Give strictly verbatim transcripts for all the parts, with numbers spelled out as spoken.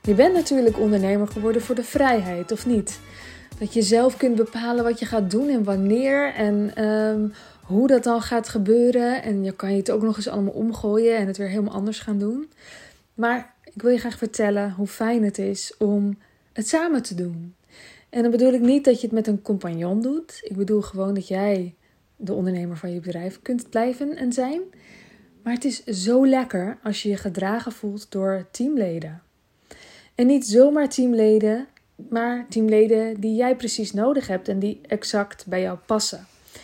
Je bent natuurlijk ondernemer geworden voor de vrijheid, of niet? Dat je zelf kunt bepalen wat je gaat doen en wanneer en um, hoe dat dan gaat gebeuren. En je kan je het ook nog eens allemaal omgooien en het weer helemaal anders gaan doen. Maar ik wil je graag vertellen hoe fijn het is om het samen te doen. En dan bedoel ik niet dat je het met een compagnon doet. Ik bedoel gewoon dat jij de ondernemer van je bedrijf kunt blijven en zijn. Maar het is zo lekker als je je gedragen voelt door teamleden. En niet zomaar teamleden, maar teamleden die jij precies nodig hebt en die exact bij jou passen.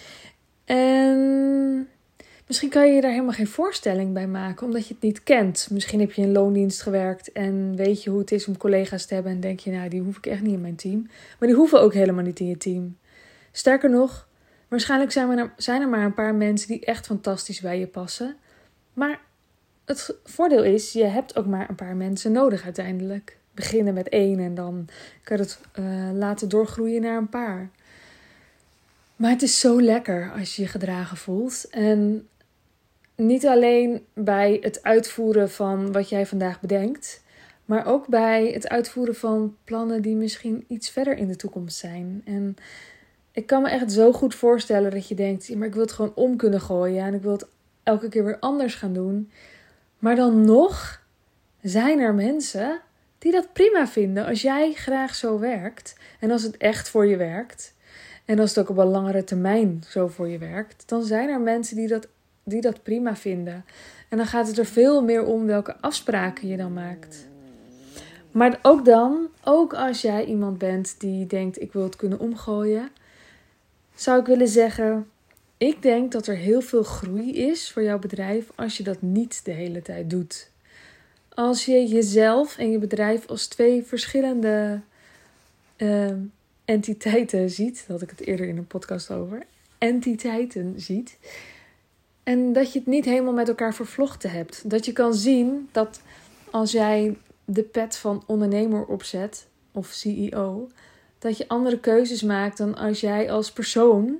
En misschien kan je je daar helemaal geen voorstelling bij maken, omdat je het niet kent. Misschien heb je in loondienst gewerkt en weet je hoe het is om collega's te hebben en denk je, nou, die hoef ik echt niet in mijn team. Maar die hoeven ook helemaal niet in je team. Sterker nog, waarschijnlijk zijn er, zijn er maar een paar mensen die echt fantastisch bij je passen. Maar het voordeel is, je hebt ook maar een paar mensen nodig uiteindelijk. Beginnen met één en dan kan je het uh, laten doorgroeien naar een paar. Maar het is zo lekker als je je gedragen voelt. En niet alleen bij het uitvoeren van wat jij vandaag bedenkt, maar ook bij het uitvoeren van plannen die misschien iets verder in de toekomst zijn. En ik kan me echt zo goed voorstellen dat je denkt, ja, maar ik wil het gewoon om kunnen gooien en ik wil het elke keer weer anders gaan doen. Maar dan nog zijn er mensen die dat prima vinden als jij graag zo werkt. En als het echt voor je werkt. En als het ook op een langere termijn zo voor je werkt. Dan zijn er mensen die dat, die dat prima vinden. En dan gaat het er veel meer om welke afspraken je dan maakt. Maar ook dan, ook als jij iemand bent die denkt ik wil het kunnen omgooien. Zou ik willen zeggen, ik denk dat er heel veel groei is voor jouw bedrijf als je dat niet de hele tijd doet. Als je jezelf en je bedrijf als twee verschillende uh, entiteiten ziet. Daar had ik het eerder in een podcast over. Entiteiten ziet. En dat je het niet helemaal met elkaar vervlochten hebt. Dat je kan zien dat als jij de pet van ondernemer opzet. Of C E O. Dat je andere keuzes maakt dan als jij als persoon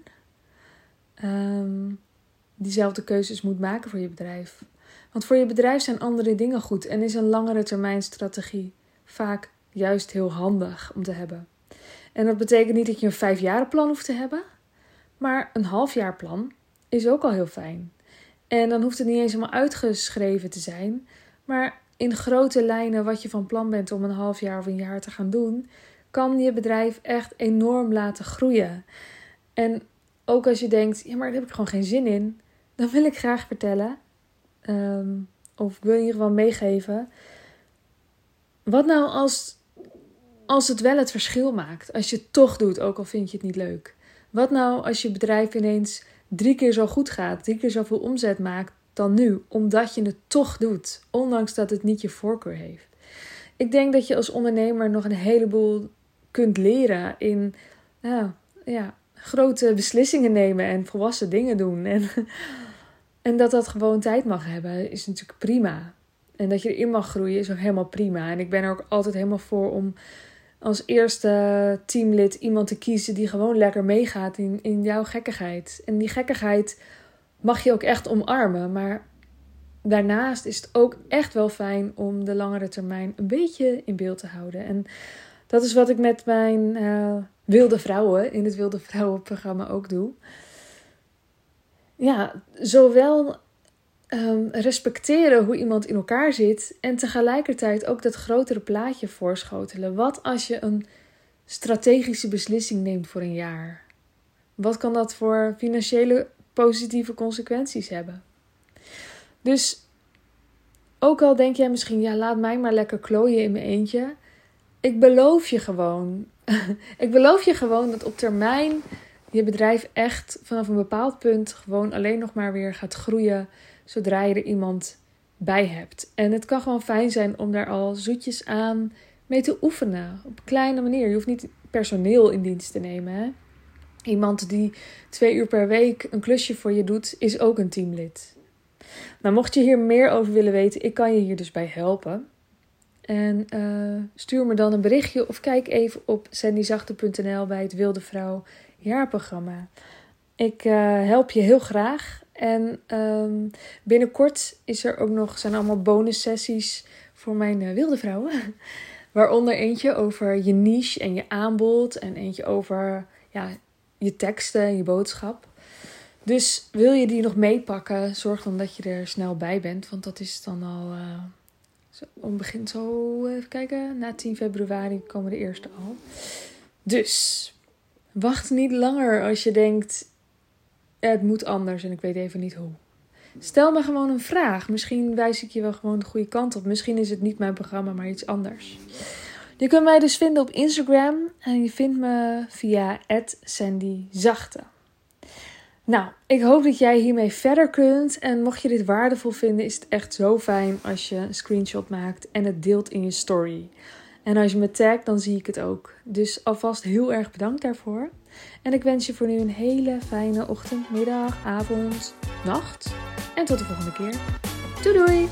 um, diezelfde keuzes moet maken voor je bedrijf. Want voor je bedrijf zijn andere dingen goed en is een langere termijn strategie vaak juist heel handig om te hebben. En dat betekent niet dat je een vijfjarenplan hoeft te hebben, maar een halfjaarplan is ook al heel fijn. En dan hoeft het niet eens helemaal uitgeschreven te zijn, maar in grote lijnen wat je van plan bent om een half jaar of een jaar te gaan doen, kan je bedrijf echt enorm laten groeien. En ook als je denkt, ja, maar daar heb ik gewoon geen zin in, dan wil ik graag vertellen, Um, of ik wil in ieder geval meegeven. Wat nou als, als het wel het verschil maakt? Als je het toch doet, ook al vind je het niet leuk. Wat nou als je bedrijf ineens drie keer zo goed gaat. Drie keer zoveel omzet maakt dan nu. Omdat je het toch doet. Ondanks dat het niet je voorkeur heeft. Ik denk dat je als ondernemer nog een heleboel kunt leren. In nou, ja, grote beslissingen nemen. En volwassen dingen doen. En... En dat dat gewoon tijd mag hebben, is natuurlijk prima. En dat je erin mag groeien, is ook helemaal prima. En ik ben er ook altijd helemaal voor om als eerste teamlid iemand te kiezen die gewoon lekker meegaat in, in jouw gekkigheid. En die gekkigheid mag je ook echt omarmen. Maar daarnaast is het ook echt wel fijn om de langere termijn een beetje in beeld te houden. En dat is wat ik met mijn uh, wilde vrouwen in het Wilde Vrouwen programma ook doe. Ja, zowel um, respecteren hoe iemand in elkaar zit en tegelijkertijd ook dat grotere plaatje voorschotelen. Wat als je een strategische beslissing neemt voor een jaar? Wat kan dat voor financiële positieve consequenties hebben? Dus ook al denk jij misschien, ja, laat mij maar lekker klooien in mijn eentje. Ik beloof je gewoon, ik beloof je gewoon dat op termijn je bedrijf echt vanaf een bepaald punt gewoon alleen nog maar weer gaat groeien zodra je er iemand bij hebt. En het kan gewoon fijn zijn om daar al zoetjes aan mee te oefenen. Op een kleine manier. Je hoeft niet personeel in dienst te nemen. Hè? Iemand die twee uur per week een klusje voor je doet, is ook een teamlid. Nou, mocht je hier meer over willen weten, ik kan je hier dus bij helpen. En uh, stuur me dan een berichtje of kijk even op sandy zachte punt n l bij het Wilde Vrouw jaarprogramma. Ik uh, help je heel graag. En um, binnenkort is er ook nog, zijn allemaal bonus sessies voor mijn uh, wilde vrouwen. Waaronder eentje over je niche en je aanbod. En eentje over ja, je teksten en je boodschap. Dus wil je die nog meepakken, zorg dan dat je er snel bij bent. Want dat is dan al, uh, zo, om begin zo, even kijken, na tien februari komen de eerste al. Dus, wacht niet langer als je denkt, het moet anders en ik weet even niet hoe. Stel me gewoon een vraag. Misschien wijs ik je wel gewoon de goede kant op. Misschien is het niet mijn programma, maar iets anders. Je kunt mij dus vinden op Instagram. En je vindt me via at sandy zachte. Nou, ik hoop dat jij hiermee verder kunt. En mocht je dit waardevol vinden, is het echt zo fijn als je een screenshot maakt en het deelt in je story. En als je me tagt, dan zie ik het ook. Dus alvast heel erg bedankt daarvoor. En ik wens je voor nu een hele fijne ochtend, middag, avond, nacht. En tot de volgende keer. Doei doei!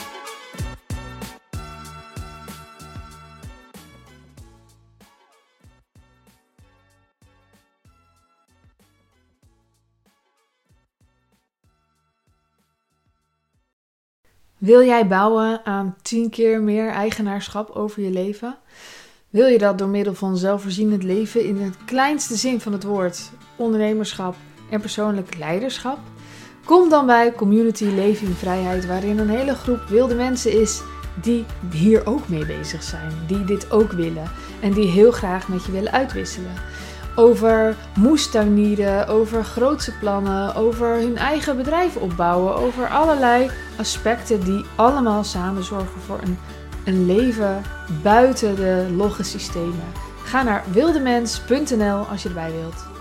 Wil jij bouwen aan tien keer meer eigenaarschap over je leven? Wil je dat door middel van zelfvoorzienend leven in het kleinste zin van het woord, ondernemerschap en persoonlijk leiderschap? Kom dan bij Community Leven in Vrijheid, waarin een hele groep wilde mensen is die hier ook mee bezig zijn. Die dit ook willen en die heel graag met je willen uitwisselen. Over moestuinieren, over grootse plannen, over hun eigen bedrijf opbouwen. Over allerlei aspecten die allemaal samen zorgen voor een, een leven buiten de logge systemen. Ga naar wildemens punt n l als je erbij wilt.